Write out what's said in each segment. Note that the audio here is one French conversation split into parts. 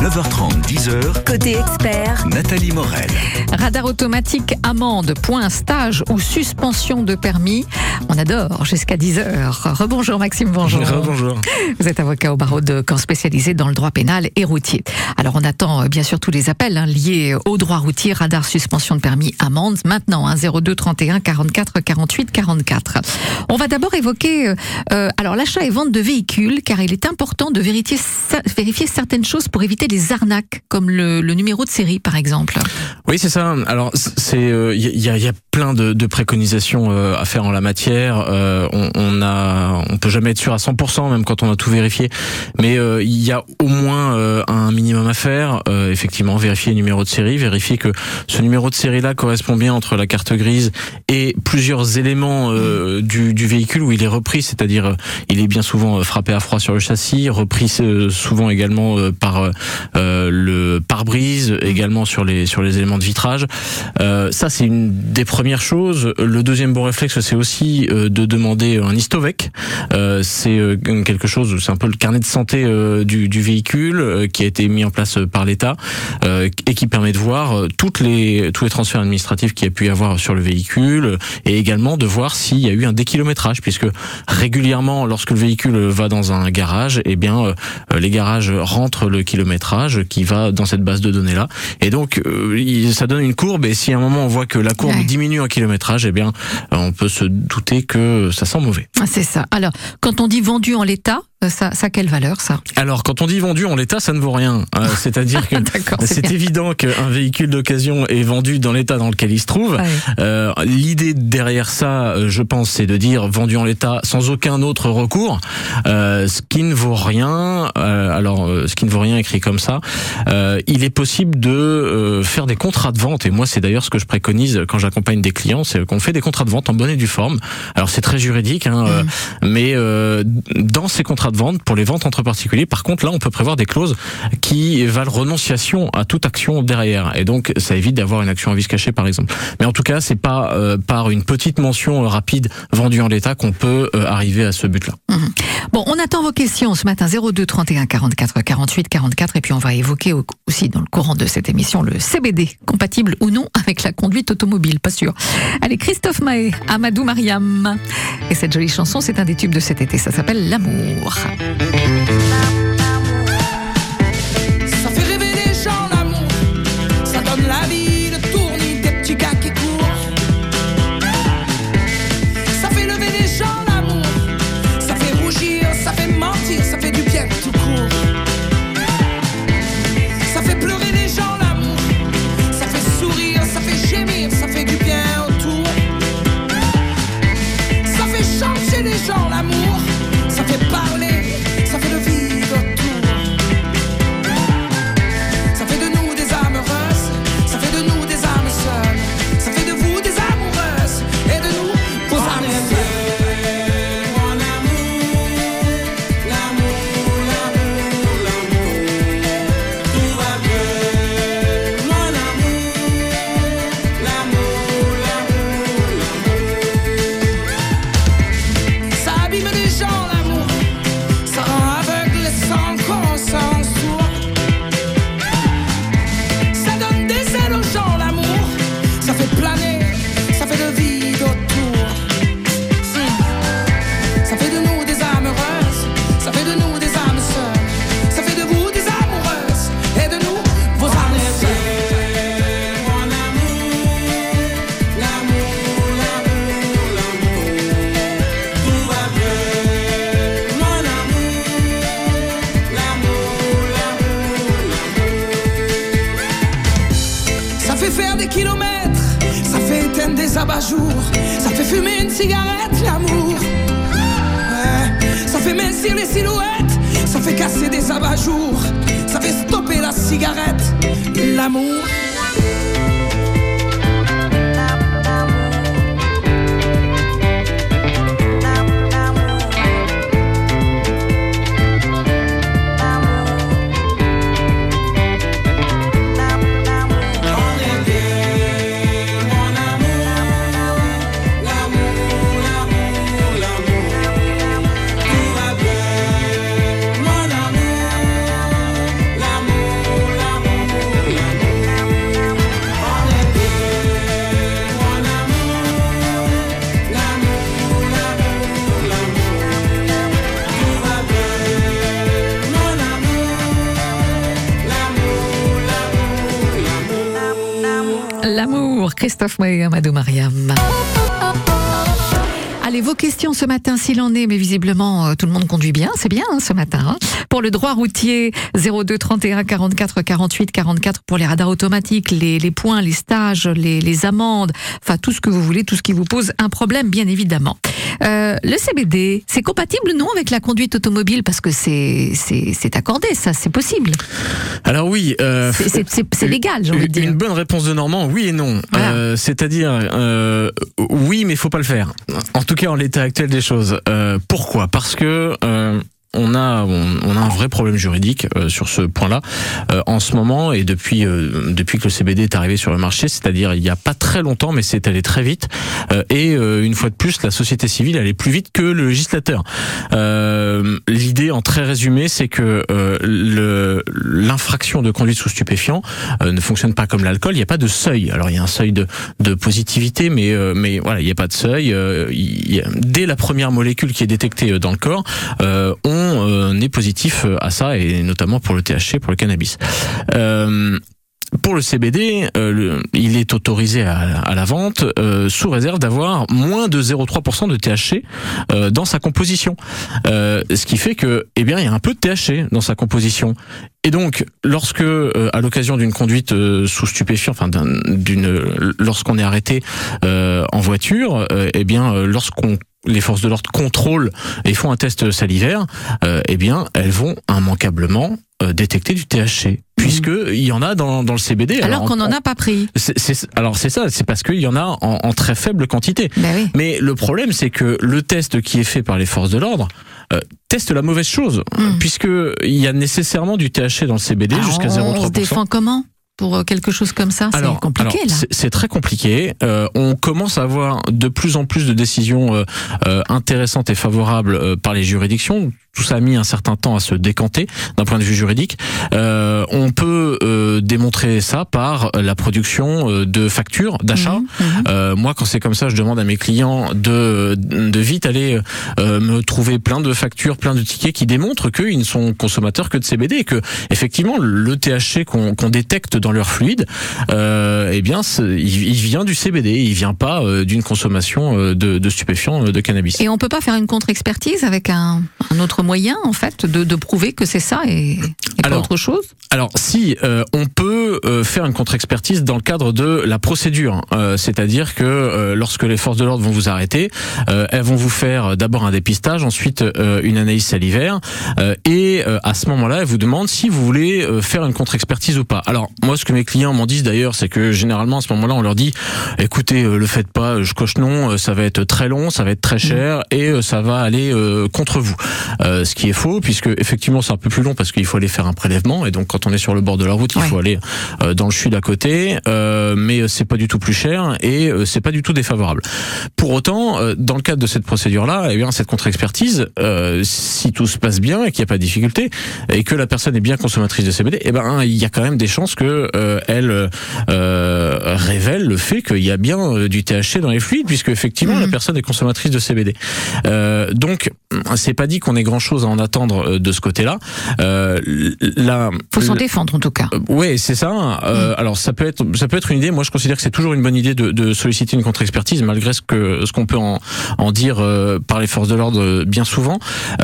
9h30, 10h. Côté expert, Nathalie Morel. Radar automatique, amende, point, stage ou suspension de permis. On adore jusqu'à 10h. Rebonjour Maxime, bonjour. Rebonjour. Vous êtes avocat au barreau de Caen spécialisé dans le droit pénal et routier. Alors on attend bien sûr tous les appels liés au droit routier, radar, suspension de permis, amende. Maintenant, 02 31 44 48 44. On va d'abord évoquer alors l'achat et vente de véhicules, car il est important de vérifier certaines choses pour éviter les arnaques, comme le numéro de série par exemple. Oui, c'est ça. Alors, il y a plein de préconisations à faire en la matière. On peut jamais être sûr à 100%, même quand on a tout vérifié. Mais il y a au moins un minimum à faire. Effectivement, vérifier le numéro de série, vérifier que ce numéro de série-là correspond bien entre la carte grise et plusieurs éléments du véhicule où il est repris, c'est-à-dire il est bien souvent frappé à froid sur le châssis, repris souvent également par le pare-brise, également sur les éléments de vitrage. Ça, c'est une des premières choses. Le deuxième bon réflexe, c'est aussi de demander un Istovec. C'est quelque chose, c'est un peu le carnet de santé du véhicule qui a été mis en place par l'État et qui permet de voir tous les transferts administratifs qu'il y a pu y avoir sur le véhicule et également de voir s'il y a eu un dékilométrage, puisque régulièrement, lorsque le véhicule va dans un garage, eh bien les garages rentrent le kilométrage qui va dans cette base de données-là. Et donc, ça donne une courbe, et si à un moment on voit que la courbe diminue en kilométrage, eh bien, on peut se douter que ça sent mauvais. C'est ça. Alors, quand on dit vendu en l'état, ça a quelle valeur, ça? Alors, quand on dit vendu en l'état, ça ne vaut rien. C'est-à-dire que c'est évident qu'un véhicule d'occasion est vendu dans l'état dans lequel il se trouve. Ouais. L'idée derrière ça, je pense, c'est de dire vendu en l'état sans aucun autre recours, ce qui ne vaut rien. Ce qui ne vaut rien écrit comme ça, il est possible de faire des contrats de vente, et moi c'est d'ailleurs ce que je préconise quand j'accompagne des clients, c'est qu'on fait des contrats de vente en bonne et due forme. Alors c'est très juridique, mais dans ces contrats de vente, pour les ventes entre particuliers, par contre là on peut prévoir des clauses qui valent renonciation à toute action derrière, et donc ça évite d'avoir une action à vice caché par exemple. Mais en tout cas c'est pas par une petite mention rapide vendu en l'état qu'on peut arriver à ce but-là. Bon, on attend vos questions ce matin, 02 31 44 48 44, et puis on va évoquer aussi dans le courant de cette émission le CBD, compatible ou non avec la conduite automobile, pas sûr. Allez, Christophe Maé, Amadou Mariam, et cette jolie chanson, c'est un des tubes de cet été, ça s'appelle L'amour. Ça fait rêver les gens, l'amour. Ça donne la vie, le tournis des petits gars qui courent. Ça fait lever les gens, l'amour. Ça fait rougir, ça fait mentir, ça fait du bien tout court. Ça fait pleurer les gens, l'amour. Ça fait sourire, ça fait gémir, ça fait du bien autour. Ça fait changer les gens, l'amour. Ça fait parler, ça fait le vide autour. Ça fait de nous des âmes heureuses, ça fait de nous des âmes seules. Ça fait de vous des amoureuses et de nous vos âmes seules. Mon amour, l'amour, l'amour, l'amour. Tout va bien. Mon amour, l'amour, l'amour, l'amour. Ça abîme les gens, l'amour. Ça rend aveugle sans qu'on s'en sourd. Ça donne des ailes aux gens, l'amour. Ça fait planer, ça fait le vide autour. Ça fait de nous des âmes heureuses, ça fait de nous des âmes seules. Ça fait de vous des amoureuses et de nous vos âmes seules. Mon amour, l'amour, l'amour, l'amour. Tout va bien. Mon amour, l'amour, l'amour, l'amour. Ça fait faire des kilomètres, ça fait éteindre des abat-jours, ça fait fumer une cigarette, l'amour. Ouais. Ça fait mincir les silhouettes, ça fait casser des abat-jours, ça fait stopper la cigarette, l'amour. L'amour, l'amour, l'amour. Christophe Maé et Amadou Mariam. Allez, vos questions ce matin, s'il en est, mais visiblement tout le monde conduit bien, c'est bien ce matin. Hein. Pour le droit routier, 02 31 44 48 44 pour les radars automatiques, les points, les stages, les amendes, enfin tout ce que vous voulez, tout ce qui vous pose un problème, bien évidemment. Le CBD, c'est compatible non avec la conduite automobile parce que c'est accordé, ça, c'est possible. Alors oui, c'est légal, j'ai envie de dire. Une bonne réponse de Normand, oui et non. Voilà. C'est-à-dire oui, mais il faut pas le faire. En tout cas, en l'état actuel des choses. Pourquoi ? Parce que on a un vrai problème juridique sur ce point-là en ce moment et depuis que le CBD est arrivé sur le marché, c'est-à-dire il y a pas très longtemps, mais c'est allé très vite et une fois de plus, la société civile allait plus vite que le législateur. L'idée, en très résumé, c'est que l'infraction de conduite sous stupéfiant ne fonctionne pas comme l'alcool. Il n'y a pas de seuil. Alors il y a un seuil de positivité, mais voilà, il n'y a pas de seuil. Dès la première molécule qui est détectée dans le corps, on est positif à ça, et notamment pour le THC, pour le cannabis. Pour le CBD, il est autorisé à la vente sous réserve d'avoir moins de 0,3% de THC dans sa composition. Ce qui fait que, eh bien, il y a un peu de THC dans sa composition. Et donc, lorsque, à l'occasion d'une conduite sous stupéfiant, enfin, lorsqu'on est arrêté en voiture, eh bien, les forces de l'ordre contrôlent et font un test salivaire, eh bien, elles vont immanquablement détecter du THC, puisque il y en a dans le CBD. Alors qu'on n'en a pas pris. Alors c'est ça, c'est parce qu'il y en a en très faible quantité. Ben oui. Mais le problème, c'est que le test qui est fait par les forces de l'ordre teste la mauvaise chose, puisque il y a nécessairement du THC dans le CBD jusqu'à 0,3%. On se défend comment ? Pour quelque chose comme ça, c'est compliqué là. C'est très compliqué. On commence à avoir de plus en plus de décisions intéressantes et favorables par les juridictions. Tout ça a mis un certain temps à se décanter d'un point de vue juridique. On peut démontrer ça par la production de factures d'achat. Moi, quand c'est comme ça, je demande à mes clients de vite aller me trouver plein de factures, plein de tickets qui démontrent qu'ils ne sont consommateurs que de CBD et que effectivement le THC qu'on détecte dans leur fluide, eh bien, il vient du CBD, il vient pas d'une consommation de stupéfiants, de cannabis. Et on peut pas faire une contre-expertise avec un autre moyen, en fait, de prouver que c'est ça et pas autre chose ? Alors, si, on peut faire une contre-expertise dans le cadre de la procédure. C'est-à-dire que lorsque les forces de l'ordre vont vous arrêter, elles vont vous faire d'abord un dépistage, ensuite une analyse salivaire, et à ce moment-là, elles vous demandent si vous voulez faire une contre-expertise ou pas. Alors, moi, ce que mes clients m'en disent d'ailleurs, c'est que généralement, à ce moment-là, on leur dit, écoutez, le faites pas, je coche non, ça va être très long, ça va être très cher, et ça va aller contre vous. Ce qui est faux, puisque effectivement c'est un peu plus long parce qu'il faut aller faire un prélèvement, et donc quand on est sur le bord de la route, il faut aller dans le CHU d'à côté, mais c'est pas du tout plus cher et c'est pas du tout défavorable. Pour autant, dans le cadre de cette procédure-là, eh bien cette contre-expertise, si tout se passe bien et qu'il n'y a pas de difficulté et que la personne est bien consommatrice de CBD, eh ben il y a quand même des chances que elle révèle le fait qu'il y a bien du THC dans les fluides, puisque effectivement la personne est consommatrice de CBD. Donc c'est pas dit qu'on ait grand-chose à en attendre de ce côté-là. Faut s'en défendre en tout cas. Oui, c'est ça. Alors ça peut être une idée. Moi, je considère que c'est toujours une bonne idée de solliciter une contre-expertise, malgré ce qu'on peut en dire par les forces de l'ordre bien souvent.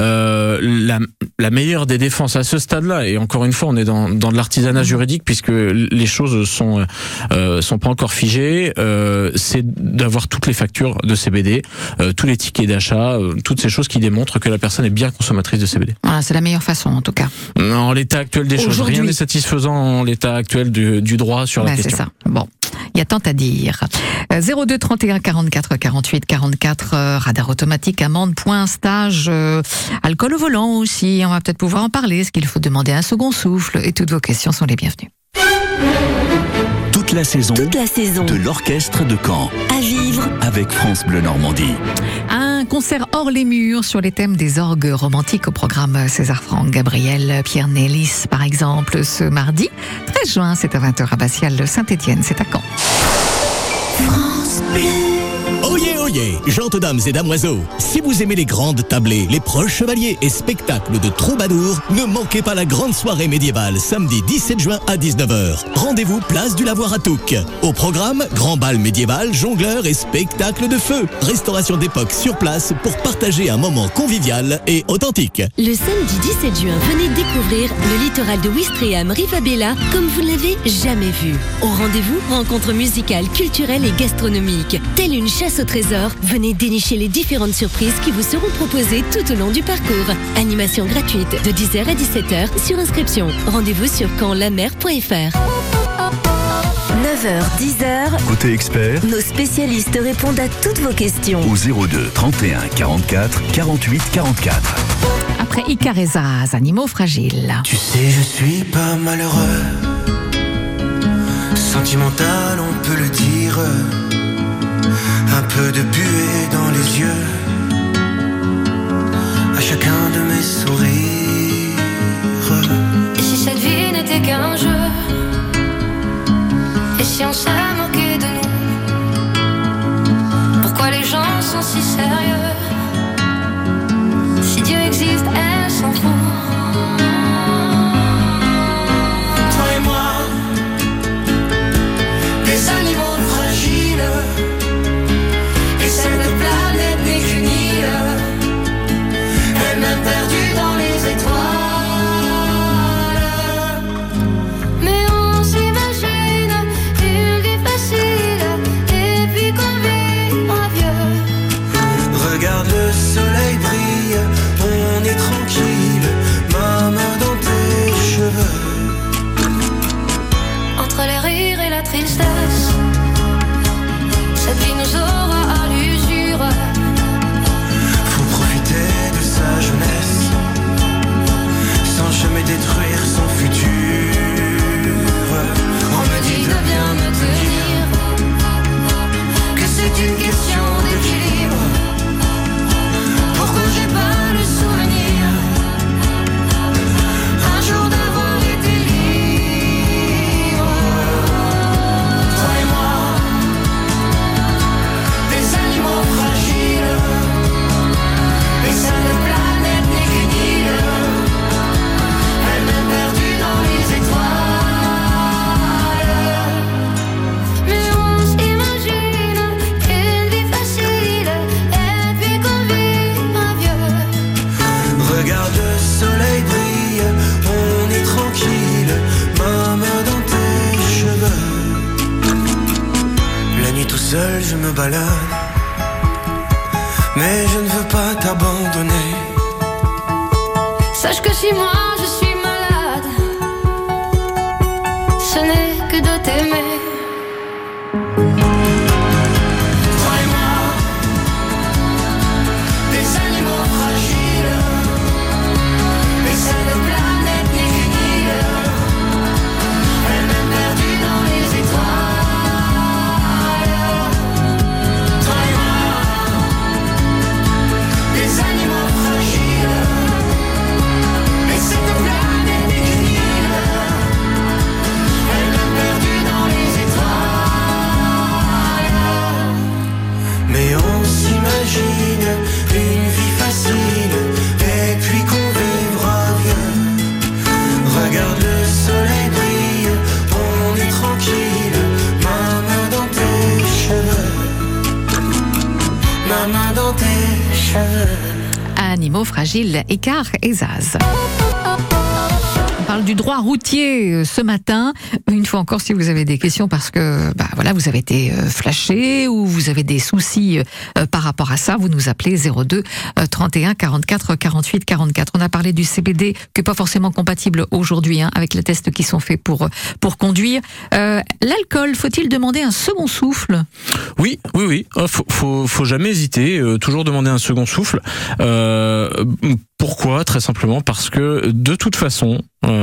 La meilleure des défenses à ce stade-là, et encore une fois, on est dans de l'artisanat juridique puisque les choses sont pas encore figées, c'est d'avoir toutes les factures de CBD, tous les tickets d'achat, toutes ces choses qui démontrent que la personne est bien consommatrice de CBD. Voilà, c'est la meilleure façon en tout cas. En l'état actuel des choses, rien n'est satisfaisant en l'état actuel du droit sur la question. C'est ça. Bon, il y a tant à dire. 02 31 44 48 44, radar automatique, amende, point, stage, alcool au volant aussi. On va peut-être pouvoir en parler. Est-ce qu'il faut demander un second souffle? Et toutes vos questions sont les bienvenues. Toute la saison de l'orchestre de Caen. À vivre avec France Bleu Normandie. Un concert hors les murs sur les thèmes des orgues romantiques au programme César Franck, Gabriel, Pierre Nélis par exemple, ce mardi 13 juin, c'est à 20h à Bassial, Saint-Étienne, c'est à Caen. France Bleu. Oyez, oyez, gentes dames et damoiseaux, si vous aimez les grandes tablées, les proches chevaliers et spectacles de troubadours, ne manquez pas la grande soirée médiévale samedi 17 juin à 19h. Rendez-vous place du Lavoir à Touques. Au programme, grand bal médiéval, jongleurs et spectacle de feu. Restauration d'époque sur place pour partager un moment convivial et authentique. Le samedi 17 juin, venez découvrir le littoral de Ouistreham, Rivabella, comme vous ne l'avez jamais vu. Au rendez-vous, rencontres musicales, culturelles et gastronomiques. Telle une chasse au trésor, venez dénicher les différentes surprises qui vous seront proposées tout au long du parcours. Animation gratuite de 10h à 17h sur inscription. Rendez-vous sur campslamer.fr. 9h, 10h. Côté expert, Nos spécialistes répondent à toutes vos questions. au 02 31 44 48 44. Après Icar et Zaz, Animaux fragiles. Tu sais, je suis pas malheureux. Sentimental, on peut le dire. Un peu de buée dans les yeux. À chacun de mes sourires. Et si cette vie n'était qu'un jeu? Et si on s'est moqué de nous? Pourquoi les gens sont si sérieux? Si Dieu existe, elle s'en fout. Toi et moi, des animaux fragiles. Et cette planète n'est qu'une île. Elle-même perdue dans les étoiles. Mais on s'imagine une vie facile. Et puis qu'on vit en vieux. Regarde le soleil brille, on est tranquille. Ma main dans tes cheveux. Entre les rires et la tristesse, cette vie nous aura à l'usure. Faut profiter de sa jeunesse, sans jamais détruire son futur. On me dit de bien me tenir, que c'est une question d'équilibre. Pourquoi j'ai pas le souvenir un jour d'avoir été libre? Toi et moi, des animaux fragiles. Et cette planète n'est qu'une île. Elle-même perdue dans les étoiles. Mais on s'imagine une vie facile. Et puis qu'on vit un vieux. Regarde le soleil brille, on est tranquille. Ma main dans tes cheveux. La nuit tout seul je me balade, mais je ne veux pas t'abandonner. Sache que si moi je suis malade, ce n'est que de t'aimer. Toi et moi, des animaux fragiles. Et cette planète n'est qu'une île. Elle-même perdue dans les étoiles. Toi et moi, des animaux fragiles. Et cette planète n'est qu'une île. Elle-même perdue dans les étoiles. Mais on s'imagine une vie facile, et puis qu'on vivra vieux. Regarde le soleil brille, on est tranquille. Ma main dans tes cheveux. Ma main dans tes cheveux. Animaux fragiles, Icar et Zaz. On parle du droit routier ce matin. Une fois encore, si vous avez des questions parce que voilà, vous avez été flashé ou vous avez des soucis par rapport à ça, vous nous appelez 02 31 44 48 44. On a parlé du CBD qui n'est pas forcément compatible aujourd'hui avec les tests qui sont faits pour conduire. L'alcool, faut-il demander un second souffle? Oui. Faut jamais hésiter. Toujours demander un second souffle. Pourquoi? Très simplement parce que de toute façon,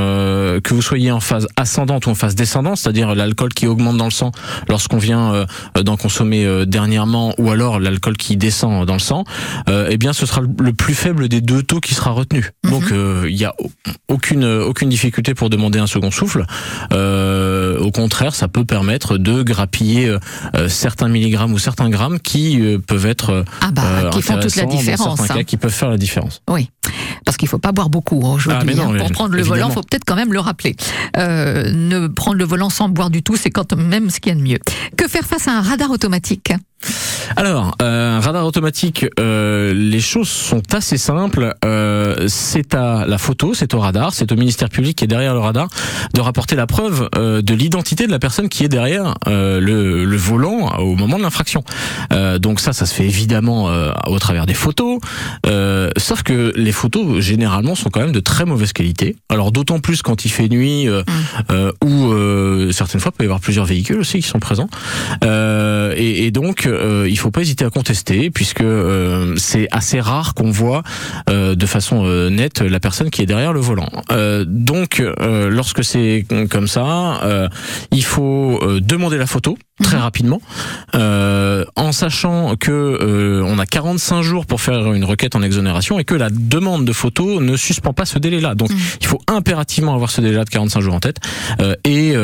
que vous soyez en phase ascendante ou en phase descendante, c'est-à-dire l'alcool qui augmente dans le sang lorsqu'on vient d'en consommer dernièrement, ou alors l'alcool qui descend dans le sang, eh bien ce sera le plus faible des deux taux qui sera retenu. Donc il y a aucune difficulté pour demander un second souffle. Au contraire, ça peut permettre de grappiller certains milligrammes ou certains grammes qui peuvent être qui font toute la différence, dans certains cas, qui peuvent faire la différence. Oui, parce qu'il faut pas boire beaucoup aujourd'hui. Non, pour prendre le volant, il faut peut-être quand même le rappeler. Ne prendre le volant sans boire du tout, c'est quand même ce qu'il y a de mieux. Que faire face à un radar automatique ? Alors, un radar automatique, les choses sont assez simples. C'est à la photo, c'est au radar, c'est au ministère public qui est derrière le radar de rapporter la preuve de l'identité de la personne qui est derrière le volant au moment de l'infraction. Donc ça se fait évidemment au travers des photos, sauf que les photos généralement sont quand même de très mauvaise qualité. Alors d'autant plus quand il fait nuit ou certaines fois il peut y avoir plusieurs véhicules aussi qui sont présents. Et donc il faut pas hésiter à contester, puisque c'est assez rare qu'on voit de façon nette la personne qui est derrière le volant. Donc lorsque c'est comme ça, il faut demander la photo très rapidement, en sachant que on a 45 jours pour faire une requête en exonération et que la demande de photo ne suspend pas ce délai-là. Donc il faut impérativement avoir ce délai-là de 45 jours en tête et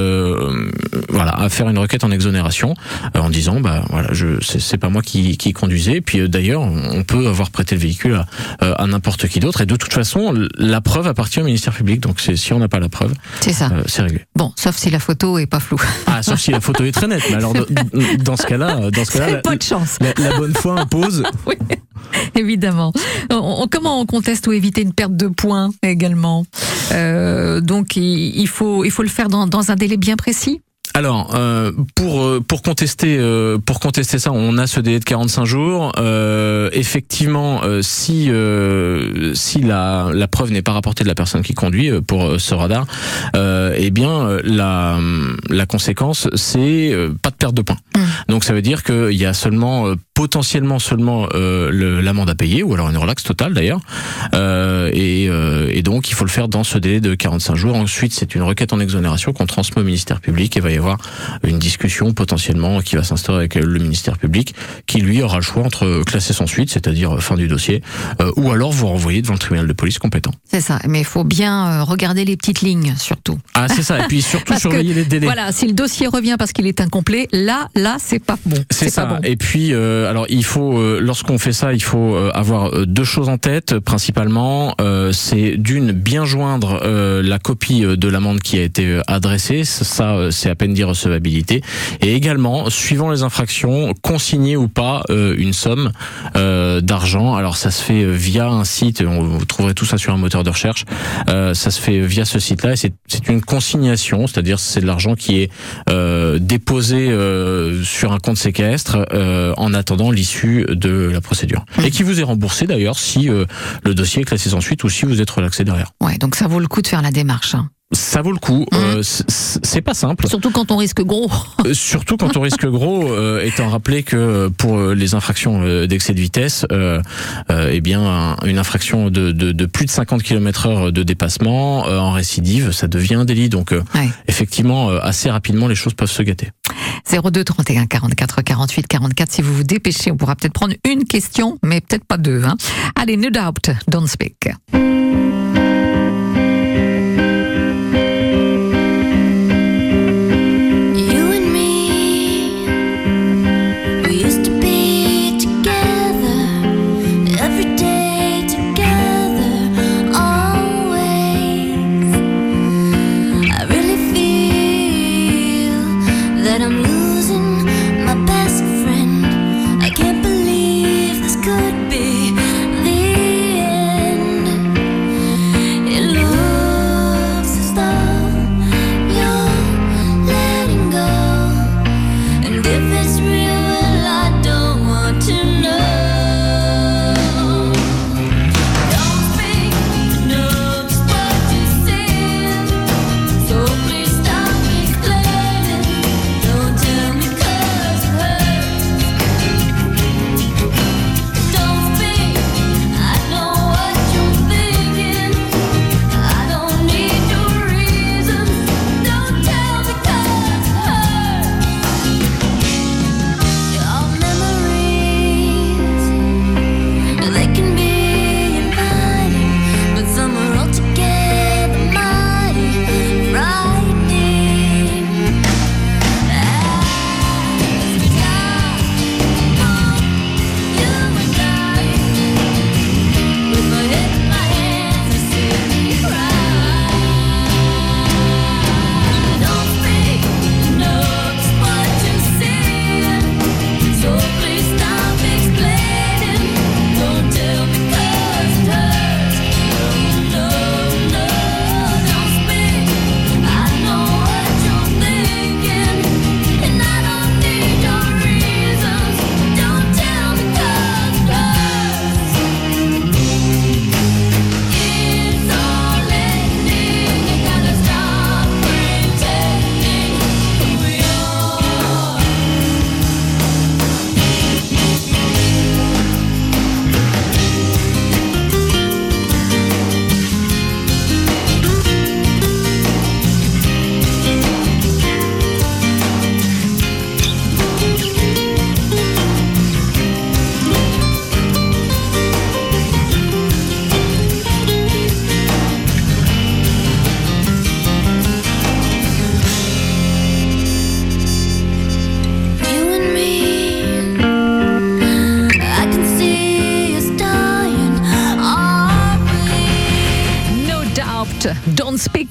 voilà, à faire une requête en exonération en disant voilà, c'est pas moi qui conduisais. Et puis d'ailleurs, on peut avoir prêté le véhicule à n'importe qui d'autre, et de toute façon la preuve appartient au ministère public. Donc si on n'a pas la preuve, c'est ça. C'est réglé. Bon, sauf si la photo est pas floue. Ah, sauf si la photo est très nette. Mais alors dans ce cas-là, pas de chance. La bonne foi impose. Oui, évidemment. Comment on conteste ou éviter une perte de points également? Donc il faut le faire dans un délai bien précis. Alors pour contester ça, on a ce délai de 45 jours. Effectivement, si la preuve n'est pas rapportée de la personne qui conduit pour ce radar, eh bien la conséquence c'est pas de perte de points. Donc ça veut dire qu'il y a potentiellement seulement l'amende à payer, ou alors une relaxe totale d'ailleurs, et donc il faut le faire dans ce délai de 45 jours. Ensuite c'est une requête en exonération qu'on transmet au ministère public, et va y avoir une discussion potentiellement qui va s'instaurer avec le ministère public, qui lui aura le choix entre classer sans suite, c'est-à-dire fin du dossier, ou alors vous renvoyer devant le tribunal de police compétent. C'est ça, mais il faut bien regarder les petites lignes surtout. Ah c'est ça, et puis surtout surveiller les délais. Voilà, si le dossier revient parce qu'il est incomplet, là c'est pas bon. C'est ça. Pas bon. Et puis alors il faut, lorsqu'on fait ça, il faut avoir deux choses en tête principalement. C'est d'une, bien joindre la copie de l'amende qui a été adressée. Ça c'est à peine d'irrecevabilité. Et également, suivant les infractions, consigner ou pas une somme d'argent. Alors ça se fait via un site, vous trouverez tout ça sur un moteur de recherche. Ça se fait via ce site-là, et c'est une consignation, c'est-à-dire c'est de l'argent qui est déposé sur un compte séquestre en attendant l'issue de la procédure. Et qui vous est remboursé d'ailleurs si le dossier est classé sans suite ou si vous êtes relaxé derrière. Ouais, donc ça vaut le coup de faire la démarche. Ça vaut le coup. C'est pas simple. Surtout quand on risque gros. Surtout quand on risque gros, étant rappelé que pour les infractions d'excès de vitesse, eh bien une infraction de plus de 50 km/h de dépassement en récidive, ça devient un délit. Donc effectivement, assez rapidement, les choses peuvent se gâter. 02 31 44 48 44. Si vous vous dépêchez, on pourra peut-être prendre une question, mais peut-être pas deux. Allez, No Doubt, Don't Speak. Could be the end.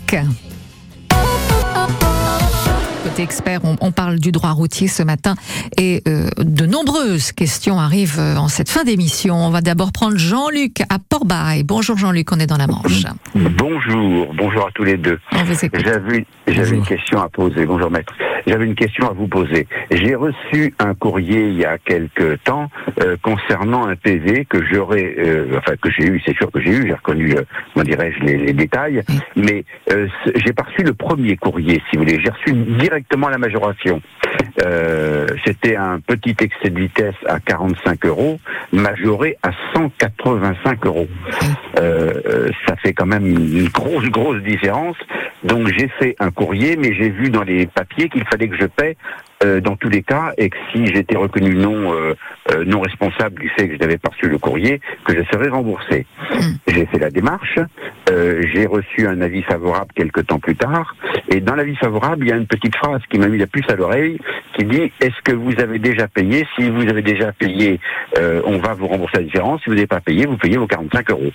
Jean-Luc. Côté expert, on parle du droit routier ce matin et de nombreuses questions arrivent en cette fin d'émission. On va d'abord prendre Jean-Luc à Port-Bail. Bonjour Jean-Luc, on est dans la Manche. Bonjour à tous les deux. On vous écoute. J'avais une question à poser. Bonjour maître. J'avais une question à vous poser. J'ai reçu un courrier il y a quelque temps concernant un PV que j'aurais, que j'ai eu, c'est sûr que j'ai reconnu, comment dirais-je, les détails, mais j'ai pas reçu le premier courrier, si vous voulez. J'ai reçu directement la majoration. C'était un petit excès de vitesse à 45 €, majoré à 185 €. Ça fait quand même une grosse différence. Donc j'ai fait un courrier, mais j'ai vu dans les papiers qu'il fallait que je paie dans tous les cas, et que si j'étais reconnu non responsable du fait que je n'avais pas reçu le courrier, que je serais remboursé. J'ai fait la démarche, j'ai reçu un avis favorable quelque temps plus tard, et dans l'avis favorable, il y a une petite phrase qui m'a mis la puce à l'oreille, qui dit « Est-ce que vous avez déjà payé ? Si vous avez déjà payé, on va vous rembourser la différence. Si vous n'avez pas payé, vous payez vos 45 €.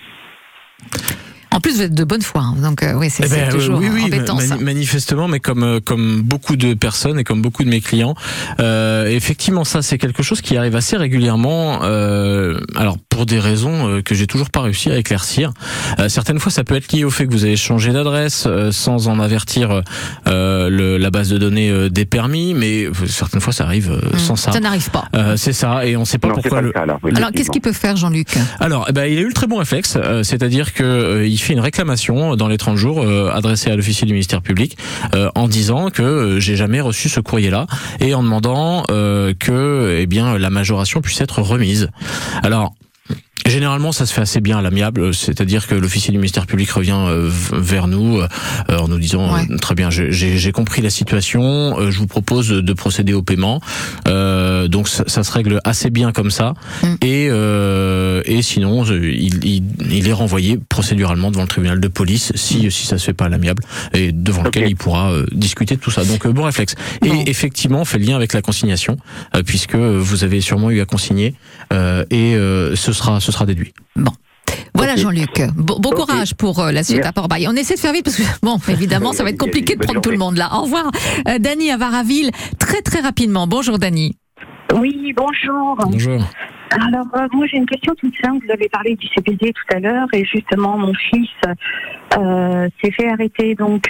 En plus, vous êtes de bonne foi, hein, donc oui, c'est toujours embêtant, ça. Manifestement, mais comme beaucoup de personnes et comme beaucoup de mes clients, effectivement, ça c'est quelque chose qui arrive assez régulièrement. Alors pour des raisons que j'ai toujours pas réussi à éclaircir. Certaines fois, ça peut être lié au fait que vous avez changé d'adresse sans en avertir la base de données des permis, mais certaines fois, ça arrive sans ça. Ça n'arrive pas. C'est ça, et on ne sait pas pourquoi. Alors, qu'est-ce qu'il peut faire, Jean-Luc ? Alors, il a eu le très bon réflexe, c'est-à-dire que il fait une réclamation dans les 30 jours adressée à l'officier du ministère public en disant que j'ai jamais reçu ce courrier-là et en demandant que la majoration puisse être remise. Alors, généralement, ça se fait assez bien à l'amiable, c'est-à-dire que l'officier du ministère public revient vers nous en nous disant très bien, j'ai compris la situation, je vous propose de procéder au paiement. Donc ça se règle assez bien comme ça, et sinon il est renvoyé procéduralement devant le tribunal de police si ça se fait pas à l'amiable, et devant lequel il pourra discuter de tout ça. Donc bon réflexe. Et effectivement, on fait le lien avec la consignation, puisque vous avez sûrement eu à consigner, et ce sera déduit. Bon. Voilà Jean-Luc, bon courage pour la suite à Port-Bail. On essaie de faire vite parce que, bon, évidemment, ça va être compliqué de prendre tout le monde là. Au revoir. Dany à Varaville, très rapidement. Bonjour Dany. Oui, bonjour. Bonjour. Alors, moi j'ai une question toute simple. Vous avez parlé du CPD tout à l'heure, et justement mon fils s'est fait arrêter donc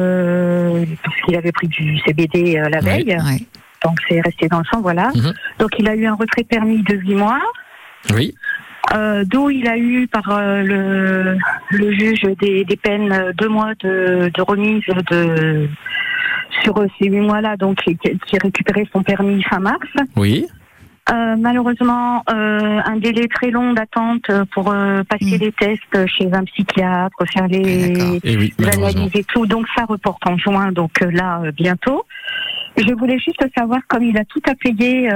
parce qu'il avait pris du CBD la veille. Ouais. Donc c'est resté dans le sang, voilà. Donc il a eu un retrait de permis de 8 mois. Oui. D'où il a eu par le juge des peines 2 mois de remise sur ces 8 mois-là, donc qui récupérait son permis fin mars. Oui. Malheureusement, un délai très long d'attente pour passer les tests chez un psychiatre, faire les analyses et tout. Donc ça reporte en juin, donc là bientôt. Je voulais juste savoir, comme il a tout à payer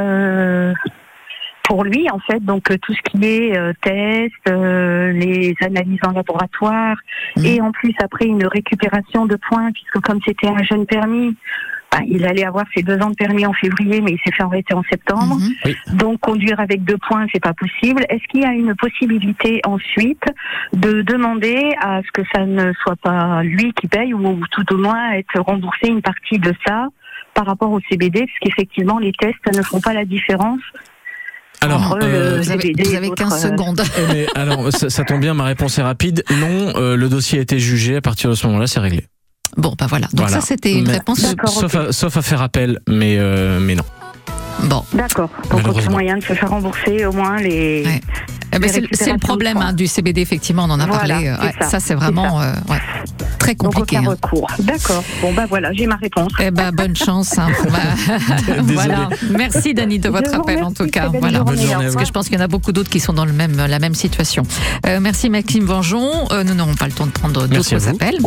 pour lui, en fait, donc tout ce qui est tests, les analyses en laboratoire, et en plus après une récupération de points, puisque comme c'était un jeune permis, il allait avoir ses 2 ans de permis en février, mais il s'est fait arrêter en septembre. Donc conduire avec 2 points, c'est pas possible. Est-ce qu'il y a une possibilité ensuite de demander à ce que ça ne soit pas lui qui paye, ou tout au moins être remboursé une partie de ça par rapport au CBD, parce qu'effectivement les tests ne font pas la différence. Alors, vous avez 15 secondes. Mais alors, ça tombe bien, ma réponse est rapide. Non, le dossier a été jugé, à partir de ce moment-là, c'est réglé. Bon, voilà. Donc ça, c'était une réponse. Sauf à faire appel, mais non. Bon. D'accord. Donc, aucun moyen de se faire rembourser, au moins les... c'est le problème du CBD, effectivement, on en a parlé. Ça, c'est vraiment très compliqué. Donc, recours. D'accord. Bon, voilà, j'ai ma réponse. Bonne chance. Voilà. Merci, Dany, de votre appel, en tout cas. Voilà. Bonne journée, parce que je pense qu'il y en a beaucoup d'autres qui sont dans la même situation. Merci, Maxime Vengeon. Nous n'aurons pas le temps de prendre d'autres appels.